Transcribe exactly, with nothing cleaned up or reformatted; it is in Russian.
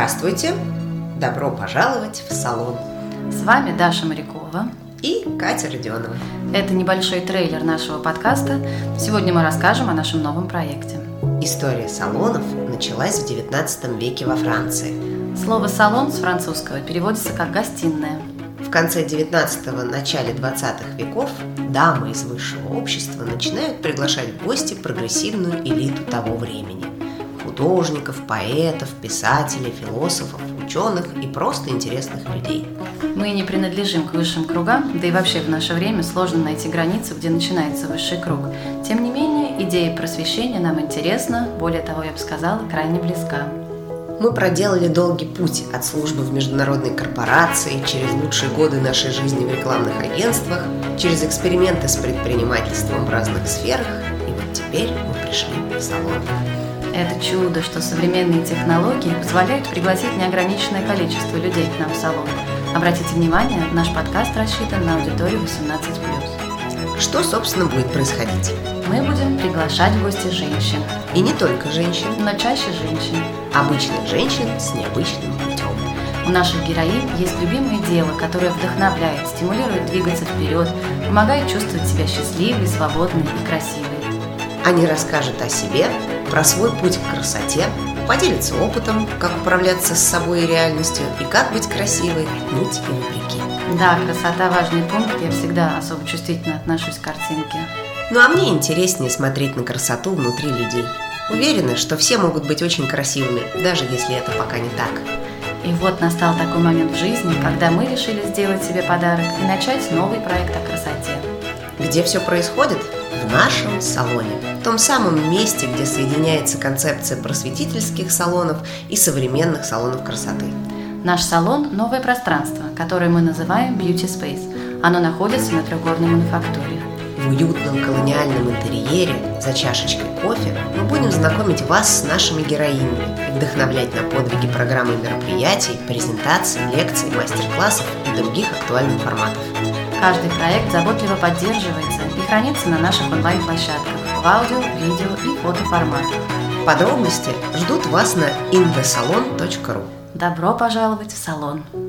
Здравствуйте! Добро пожаловать в салон! С вами Даша Морякова и Катя Родионова. Это небольшой трейлер нашего подкаста. Сегодня мы расскажем о нашем новом проекте. История салонов началась в девятнадцатом веке во Франции. Слово «салон» с французского переводится как «гостиная». В конце девятнадцатого – начале двадцатых веков дамы из высшего общества начинают приглашать в гости прогрессивную элиту того времени – художников, поэтов, писателей, философов, ученых и просто интересных людей. Мы не принадлежим к высшим кругам, да и вообще в наше время сложно найти границу, где начинается высший круг. Тем не менее, идея просвещения нам интересна, более того, я бы сказала, крайне близка. Мы проделали долгий путь от службы в международной корпорации, через лучшие годы нашей жизни в рекламных агентствах, через эксперименты с предпринимательством в разных сферах, и вот теперь мы пришли в салон. Это чудо, что современные технологии позволяют пригласить неограниченное количество людей к нам в салон. Обратите внимание, наш подкаст рассчитан на аудиторию восемнадцать плюс. Что, собственно, будет происходить? Мы будем приглашать в гости женщин. И не только женщин, но чаще женщин. Обычных женщин с необычным путем. У наших героинь есть любимое дело, которое вдохновляет, стимулирует двигаться вперед, помогает чувствовать себя счастливой, свободной и красивой. Они расскажут о себе, про свой путь к красоте, поделятся опытом, как управляться с собой и реальностью, и как быть красивой, ныть и вопреки. Да, красота – важный пункт, я всегда особо чувствительно отношусь к картинке. Ну а мне интереснее смотреть на красоту внутри людей. Уверена, что все могут быть очень красивыми, даже если это пока не так. И вот настал такой момент в жизни, когда мы решили сделать себе подарок и начать новый проект о красоте. Где все происходит? В нашем салоне. В том самом месте, где соединяется концепция просветительских салонов и современных салонов красоты. Наш салон – новое пространство, которое мы называем Beauty Space. Оно находится на Трехгорной мануфактуре. В уютном колониальном интерьере за чашечкой кофе мы будем знакомить вас с нашими героинями и вдохновлять на подвиги программы мероприятий, презентаций, лекций, мастер-классов и других актуальных форматов. Каждый проект заботливо поддерживается и хранится на наших онлайн-площадках в аудио, видео и фотоформатах. Подробности ждут вас на ин ди салон точка ру. Добро пожаловать в салон!